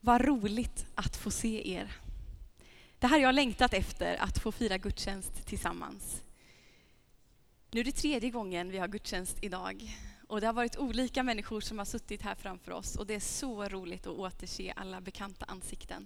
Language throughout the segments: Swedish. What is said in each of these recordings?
Vad roligt att få se er. Det här har jag längtat efter, att få fira gudstjänst tillsammans. Nu är det 3:e gången vi har gudstjänst idag. Och det har varit olika människor som har suttit här framför oss. Och det är så roligt att återse alla bekanta ansikten.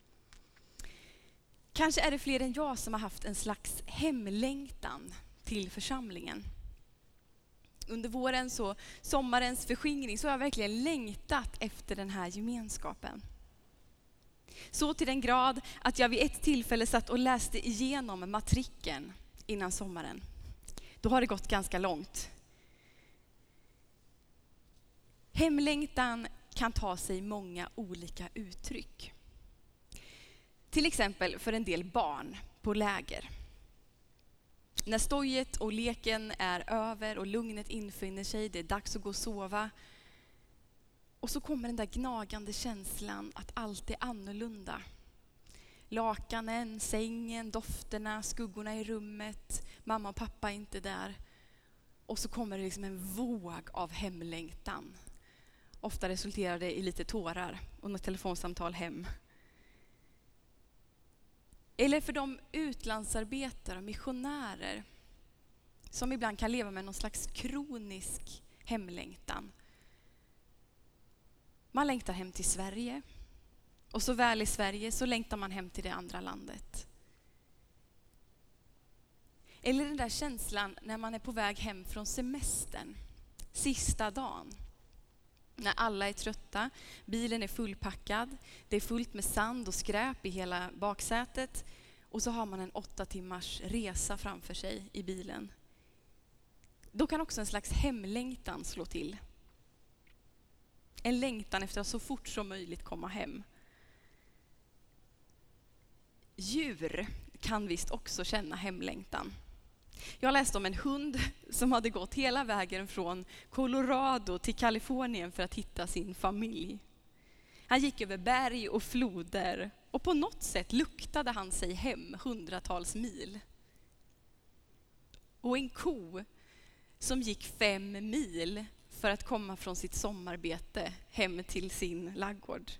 Kanske är det fler än jag som har haft en slags hemlängtan till församlingen. Under våren, sommarens förskingring, så har jag verkligen längtat efter den här gemenskapen. Så till den grad att jag vid ett tillfälle satt och läste igenom matrikeln innan sommaren. Då har det gått ganska långt. Hemlängtan kan ta sig många olika uttryck. Till exempel för en del barn på läger. När stojet och leken är över och lugnet infinner sig, det är dags att gå och sova. Och så kommer den där gnagande känslan att allt är annorlunda. Lakanen, sängen, dofterna, skuggorna i rummet, mamma och pappa är inte där. Och så kommer det liksom en våg av hemlängtan. Ofta resulterar det i lite tårar och något telefonsamtal hem. Eller för de utlandsarbetare och missionärer som ibland kan leva med någon slags kronisk hemlängtan. Man längtar hem till Sverige. Och så väl i Sverige så längtar man hem till det andra landet. Eller den där känslan när man är på väg hem från semestern. Sista dagen. När alla är trötta, bilen är fullpackad, det är fullt med sand och skräp i hela baksätet. Och så har man en 8 timmars resa framför sig i bilen. Då kan också en slags hemlängtan slå till. En längtan efter att så fort som möjligt komma hem. Djur kan visst också känna hemlängtan. Jag läste om en hund som hade gått hela vägen från Colorado till Kalifornien för att hitta sin familj. Han gick över berg och floder och på något sätt luktade han sig hem hundratals mil. Och en ko som gick 5 mil för att komma från sitt sommarbete hem till sin laggård.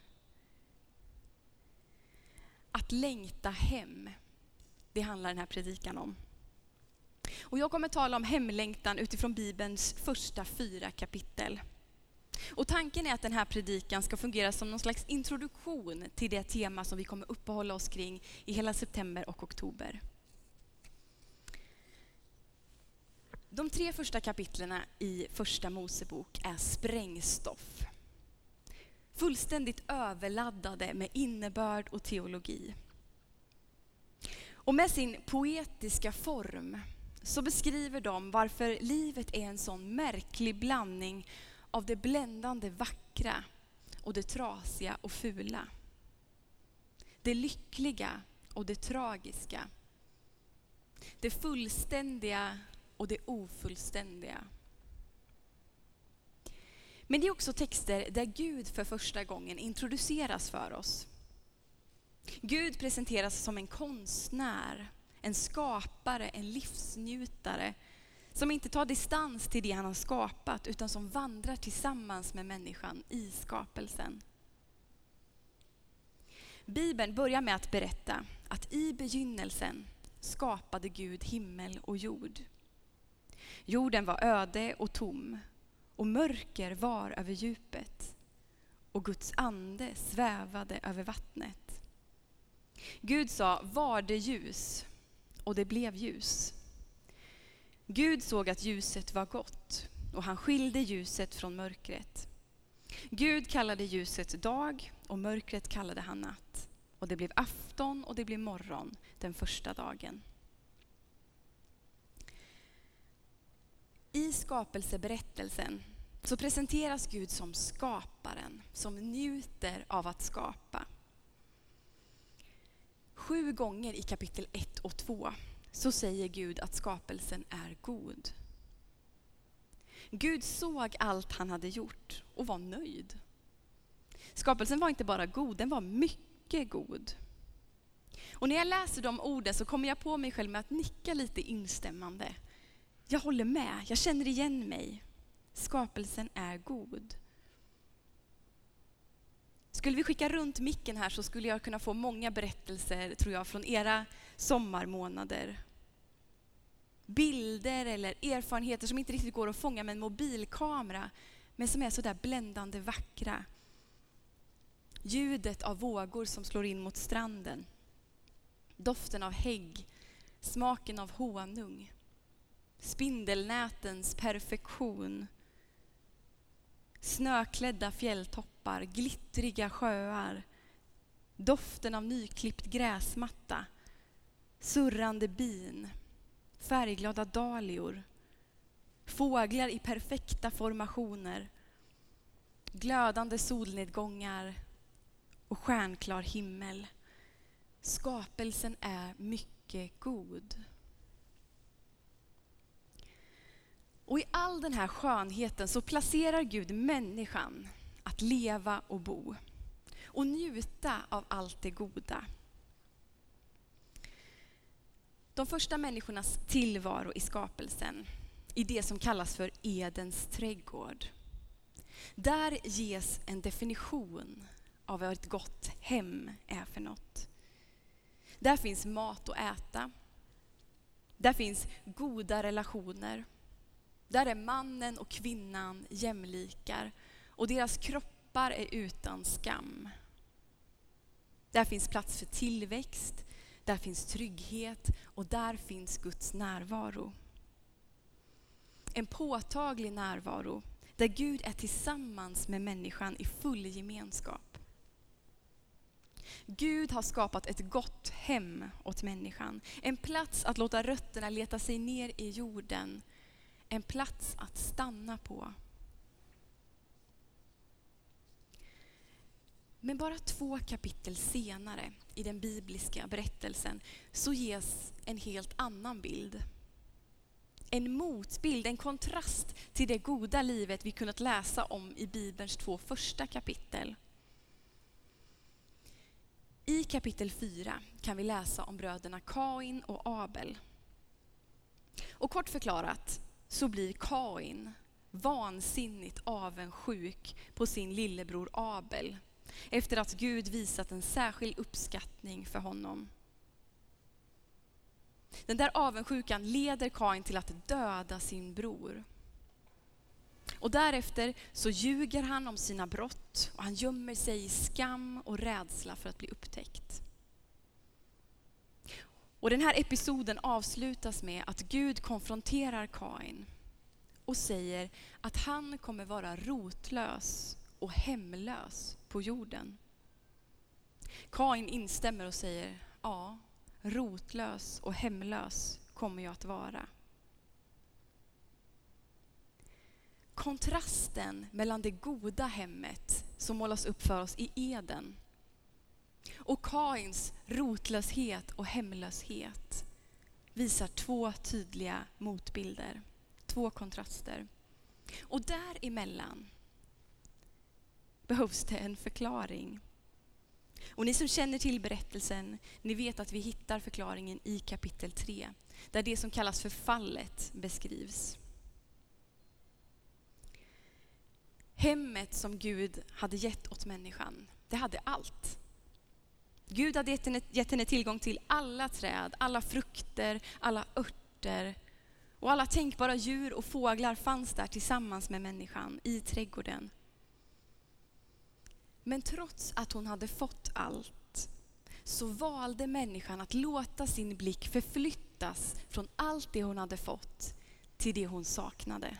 Att längta hem, det handlar den här predikan om. Och jag kommer tala om hemlängtan utifrån Bibelns första 4 kapitel. Och tanken är att den här predikan ska fungera som någon slags introduktion till det tema som vi kommer uppehålla oss kring i hela september och oktober. De 3 första kapitlerna i första Mosebok är sprängstoff. Fullständigt överladdade med innebörd och teologi. Och med sin poetiska form så beskriver de varför livet är en sån märklig blandning av det bländande vackra och det trasiga och fula. Det lyckliga och det tragiska. Det fullständiga och det ofullständiga. Men det är också texter där Gud för första gången introduceras för oss. Gud presenteras som en konstnär, en skapare, en livsnjutare som inte tar distans till det han har skapat utan som vandrar tillsammans med människan i skapelsen. Bibeln börjar med att berätta att i begynnelsen skapade Gud himmel och jord. Jorden var öde och tom och mörker var över djupet och Guds ande svävade över vattnet. Gud sa, var det ljus, och det blev ljus. Gud såg att ljuset var gott och han skilde ljuset från mörkret. Gud kallade ljuset dag och mörkret kallade han natt. Och det blev afton och det blev morgon den första dagen. I skapelseberättelsen så presenteras Gud som skaparen som njuter av att skapa. 7 gånger i kapitel 1 och 2 så säger Gud att skapelsen är god. Gud såg allt han hade gjort och var nöjd. Skapelsen var inte bara god, den var mycket god. Och när jag läser de orden så kommer jag på mig själv med att nicka lite instämmande. Jag håller med, jag känner igen mig. Skapelsen är god. Skulle vi skicka runt micken här så skulle jag kunna få många berättelser, tror jag, från era sommarmånader. Bilder eller erfarenheter som inte riktigt går att fånga med en mobilkamera, men som är så där bländande vackra. Ljudet av vågor som slår in mot stranden. Doften av hägg, smaken av honung. Spindelnätens perfektion. Snöklädda fjälltoppar, glittriga sjöar. Doften av nyklippt gräsmatta. Surrande bin. Färgglada dahlior. Fåglar i perfekta formationer. Glödande solnedgångar och stjärnklar himmel. Skapelsen är mycket god. Och i all den här skönheten så placerar Gud människan att leva och bo. Och njuta av allt det goda. De första människornas tillvaro i skapelsen, i det som kallas för Edens trädgård. Där ges en definition av vad ett gott hem är för något. Där finns mat att äta. Där finns goda relationer. Där är mannen och kvinnan jämlikar och deras kroppar är utan skam. Där finns plats för tillväxt, där finns trygghet och där finns Guds närvaro. En påtaglig närvaro där Gud är tillsammans med människan i full gemenskap. Gud har skapat ett gott hem åt människan. En plats att låta rötterna leta sig ner i jorden. En plats att stanna på. Men bara 2 kapitel senare i den bibliska berättelsen så ges en helt annan bild. En motbild, en kontrast till det goda livet vi kunnat läsa om i Bibelns 2 första kapitel. I kapitel 4 kan vi läsa om bröderna Kain och Abel. Och kort förklarat så blir Kain vansinnigt avundsjuk på sin lillebror Abel efter att Gud visat en särskild uppskattning för honom. Den där avundsjukan leder Kain till att döda sin bror. Och därefter så ljuger han om sina brott och han gömmer sig i skam och rädsla för att bli upptäckt. Och den här episoden avslutas med att Gud konfronterar Kain och säger att han kommer vara rotlös och hemlös på jorden. Kain instämmer och säger, ja, rotlös och hemlös kommer jag att vara. Kontrasten mellan det goda hemmet som målas upp för oss i Eden och Kains rotlöshet och hemlöshet visar 2 tydliga motbilder, 2 kontraster. Och däremellan behövs det en förklaring. Och ni som känner till berättelsen, ni vet att vi hittar förklaringen i kapitel 3, där det som kallas för fallet beskrivs. Hemmet som Gud hade gett åt människan, det hade allt. Gud hade gett henne tillgång till alla träd, alla frukter, alla örter. Och alla tänkbara djur och fåglar fanns där tillsammans med människan i trädgården. Men trots att hon hade fått allt så valde människan att låta sin blick förflyttas från allt det hon hade fått till det hon saknade.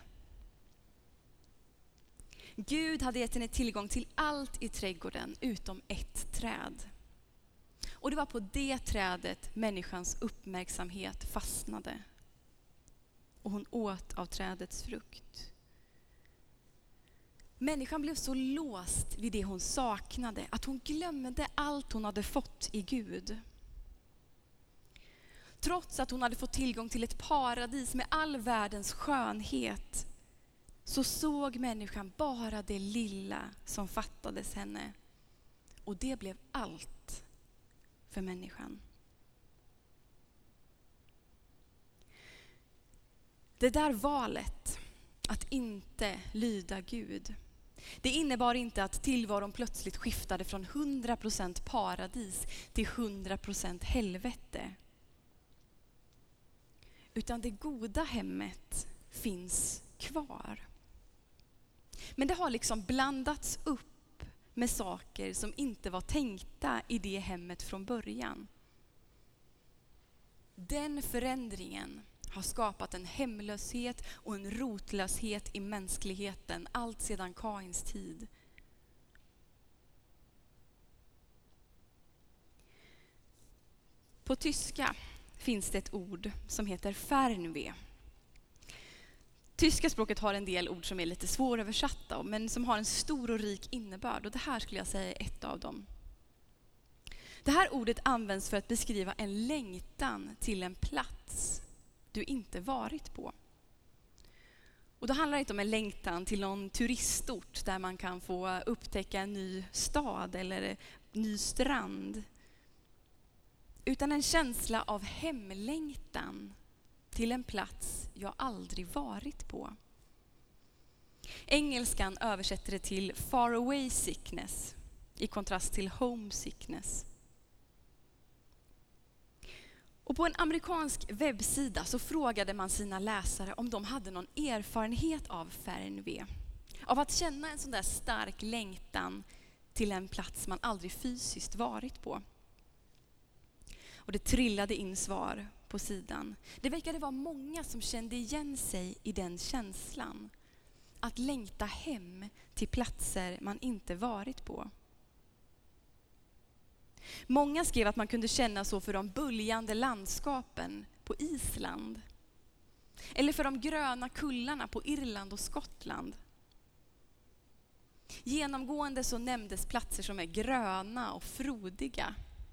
Gud hade gett henne tillgång till allt i trädgården utom ett träd. Och det var på det trädet människans uppmärksamhet fastnade. Och hon åt av trädets frukt. Människan blev så låst vid det hon saknade att hon glömde allt hon hade fått i Gud. Trots att hon hade fått tillgång till ett paradis med all världens skönhet så såg människan bara det lilla som fattades henne. Och det blev allt för människan. Det där valet att inte lyda Gud, Det innebar inte att tillvaron plötsligt skiftade från 100% paradis till 100% helvete. Utan det goda hemmet finns kvar. Men det har liksom blandats upp med saker som inte var tänkta i det hemmet från början. Den förändringen har skapat en hemlöshet och en rotlöshet i mänskligheten allt sedan Kains tid. På tyska finns det ett ord som heter Fernweh. Tyska språket har en del ord som är lite svåröversatta men som har en stor och rik innebörd, och det här skulle jag säga är ett av dem. Det här ordet används för att beskriva en längtan till en plats du inte varit på. Och då handlar det inte om en längtan till någon turistort där man kan få upptäcka en ny stad eller ny strand. Utan en känsla av hemlängtan till en plats jag aldrig varit på. Engelskan översätter det till far away sickness i kontrast till homesickness. Och på en amerikansk webbsida så frågade man sina läsare om de hade någon erfarenhet av Fernweh. Av att känna en sån där stark längtan till en plats man aldrig fysiskt varit på. Och det trillade in svar på sidan. Det verkade vara många som kände igen sig i den känslan. Att längta hem till platser man inte varit på. Många skrev att man kunde känna så för de böljande landskapen på Island. Eller för de gröna kullarna på Irland och Skottland. Genomgående så nämndes platser som är gröna och frodiga.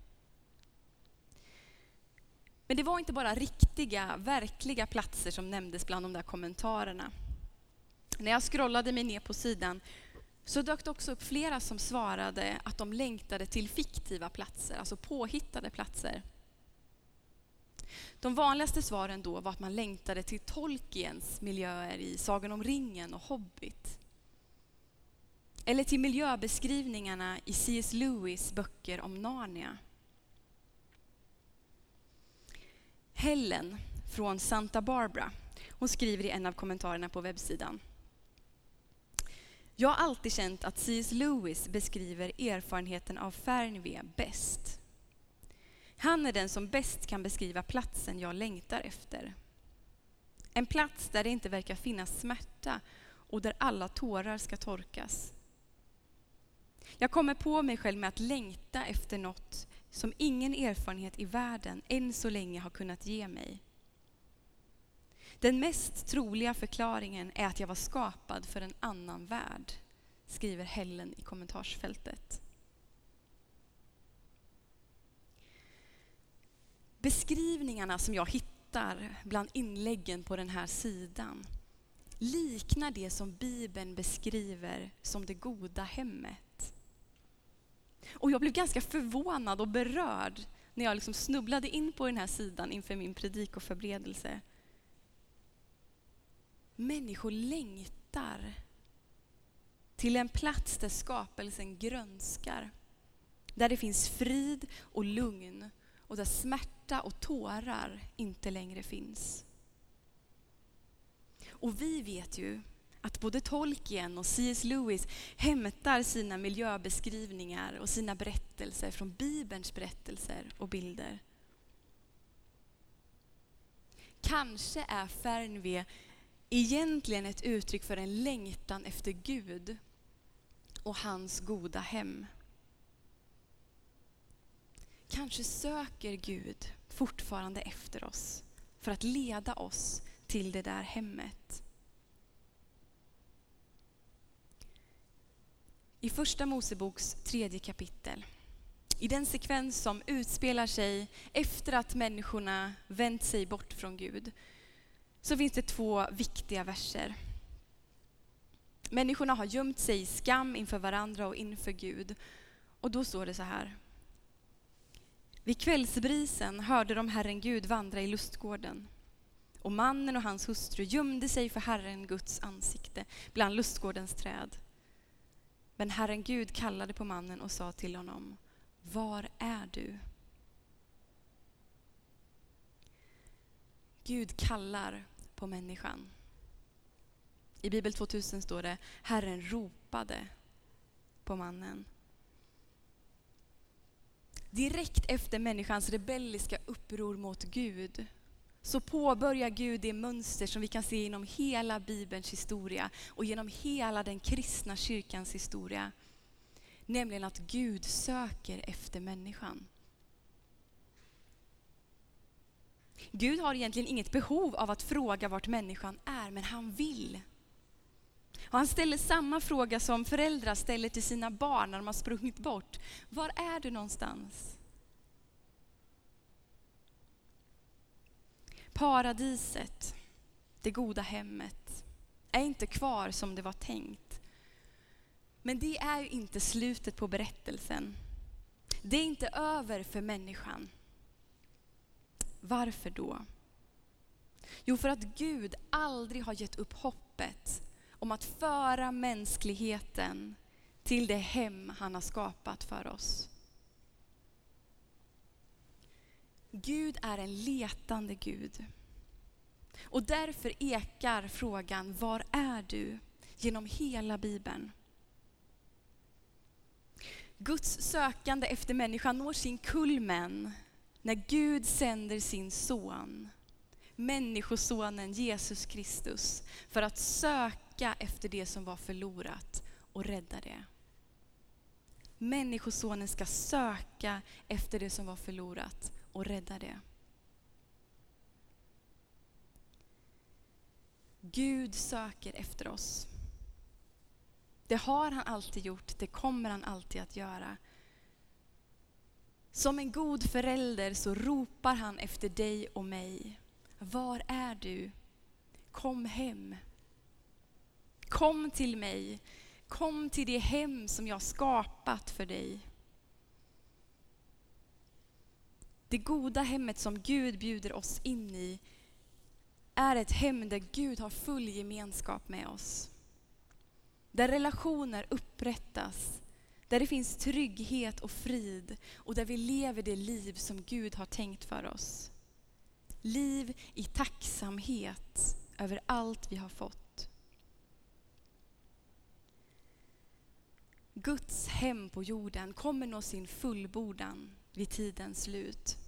Men det var inte bara riktiga, verkliga platser som nämndes bland de där kommentarerna. När jag scrollade mig ner på sidan så dök det också upp flera som svarade att de längtade till fiktiva platser, alltså påhittade platser. De vanligaste svaren då var att man längtade till Tolkiens miljöer i Sagan om ringen och Hobbit. Eller till miljöbeskrivningarna i C.S. Lewis böcker om Narnia. Helen från Santa Barbara, hon skriver i en av kommentarerna på webbsidan. Jag har alltid känt att C.S. Lewis beskriver erfarenheten av Fernweh bäst. Han är den som bäst kan beskriva platsen jag längtar efter. En plats där det inte verkar finnas smärta och där alla tårar ska torkas. Jag kommer på mig själv med att längta efter något som ingen erfarenhet i världen än så länge har kunnat ge mig. Den mest troliga förklaringen är att jag var skapad för en annan värld, skriver Helen i kommentarsfältet. Beskrivningarna som jag hittar bland inläggen på den här sidan liknar det som Bibeln beskriver som det goda hemmet. Och jag blev ganska förvånad och berörd när jag liksom snubblade in på den här sidan inför min predikoförberedelse. Människor längtar till en plats där skapelsen grönskar. Där det finns frid och lugn och där smärta och tårar inte längre finns. Och vi vet ju att både Tolkien och C.S. Lewis hämtar sina miljöbeskrivningar och sina berättelser från Bibelns berättelser och bilder. Kanske är Fernweh egentligen ett uttryck för en längtan efter Gud och hans goda hem. Kanske söker Gud fortfarande efter oss för att leda oss till det där hemmet. I Första Moseboks 3:e kapitel, i den sekvens som utspelar sig efter att människorna vänt sig bort från Gud, så finns det 2 viktiga verser. Människorna har gömt sig i skam inför varandra och inför Gud. Och då står det så här. Vid kvällsbrisen hörde de Herren Gud vandra i lustgården. Och mannen och hans hustru gömde sig för Herren Guds ansikte bland lustgårdens träd. Men Herren Gud kallade på mannen och sa till honom: var är du? Gud kallar på människan. I Bibel 2000 står det: Herren ropade på mannen. Direkt efter människans rebelliska uppror mot Gud så påbörjar Gud det mönster som vi kan se genom hela Bibelns historia och genom hela den kristna kyrkans historia. Nämligen att Gud söker efter människan. Gud har egentligen inget behov av att fråga vart människan är, men han vill. Och han ställer samma fråga som föräldrar ställer till sina barn när de har sprungit bort. Var är du någonstans? Paradiset, det goda hemmet, är inte kvar som det var tänkt. Men det är ju inte slutet på berättelsen. Det är inte över för människan. Varför då? Jo, för att Gud aldrig har gett upp hoppet om att föra mänskligheten till det hem han har skapat för oss. Gud är en letande Gud. Och därför ekar frågan, var är du? Genom hela Bibeln. Guds sökande efter människan når sin kulmen när Gud sänder sin son, människosonen Jesus Kristus, för att söka efter det som var förlorat och rädda det. Människosonen ska söka efter det som var förlorat och rädda det. Gud söker efter oss. Det har han alltid gjort, det kommer han alltid att göra. Som en god förälder så ropar han efter dig och mig. Var är du? Kom hem. Kom till mig. Kom till det hem som jag skapat för dig. Det goda hemmet som Gud bjuder oss in i är ett hem där Gud har full gemenskap med oss. Där relationer upprättas, där det finns trygghet och frid och där vi lever det liv som Gud har tänkt för oss. Liv i tacksamhet över allt vi har fått. Guds hem på jorden kommer nå sin fullbordan vid tidens slut.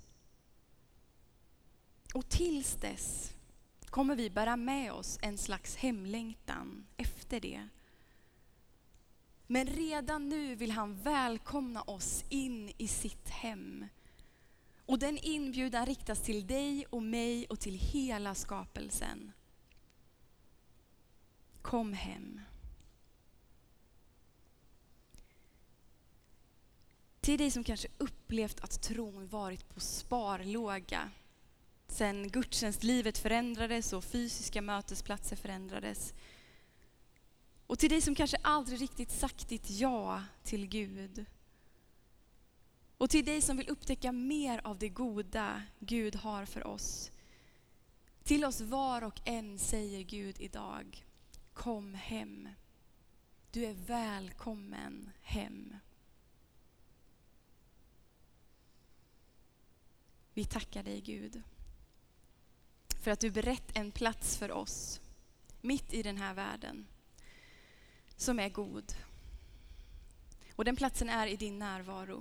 Och tills dess kommer vi bära med oss en slags hemlängtan efter det. Men redan nu vill han välkomna oss in i sitt hem. Och den inbjudan riktas till dig och mig och till hela skapelsen. Kom hem. Till dig som kanske upplevt att tron varit på sparlåga sen gudstjänstlivet förändrades och fysiska mötesplatser förändrades. Och till dig som kanske aldrig riktigt sagt ditt ja till Gud. Och till dig som vill upptäcka mer av det goda Gud har för oss. Till oss var och en säger Gud idag: kom hem. Du är välkommen hem. Vi tackar dig Gud för att du berett en plats för oss mitt i den här världen som är god. Och den platsen är i din närvaro.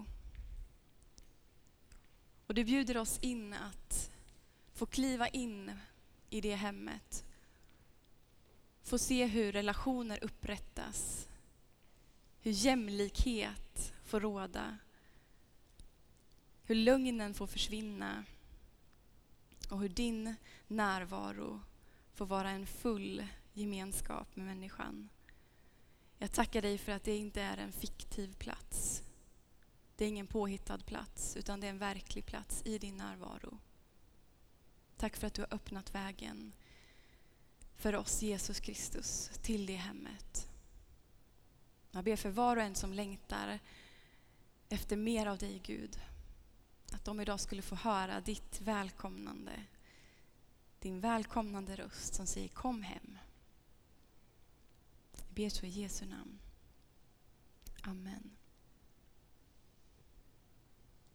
Och du bjuder oss in att få kliva in i det hemmet. Få se hur relationer upprättas. Hur jämlikhet får råda. Hur lögnen får försvinna. Och hur din närvaro får vara en full gemenskap med människan. Jag tackar dig för att det inte är en fiktiv plats. Det är ingen påhittad plats, utan det är en verklig plats i din närvaro. Tack för att du har öppnat vägen för oss, Jesus Kristus, till det hemmet. Jag ber för var och en som längtar efter mer av dig, Gud. Att de idag skulle få höra ditt välkomnande. Din välkomnande röst som säger kom hem. Jag ber så i Jesu namn. Amen.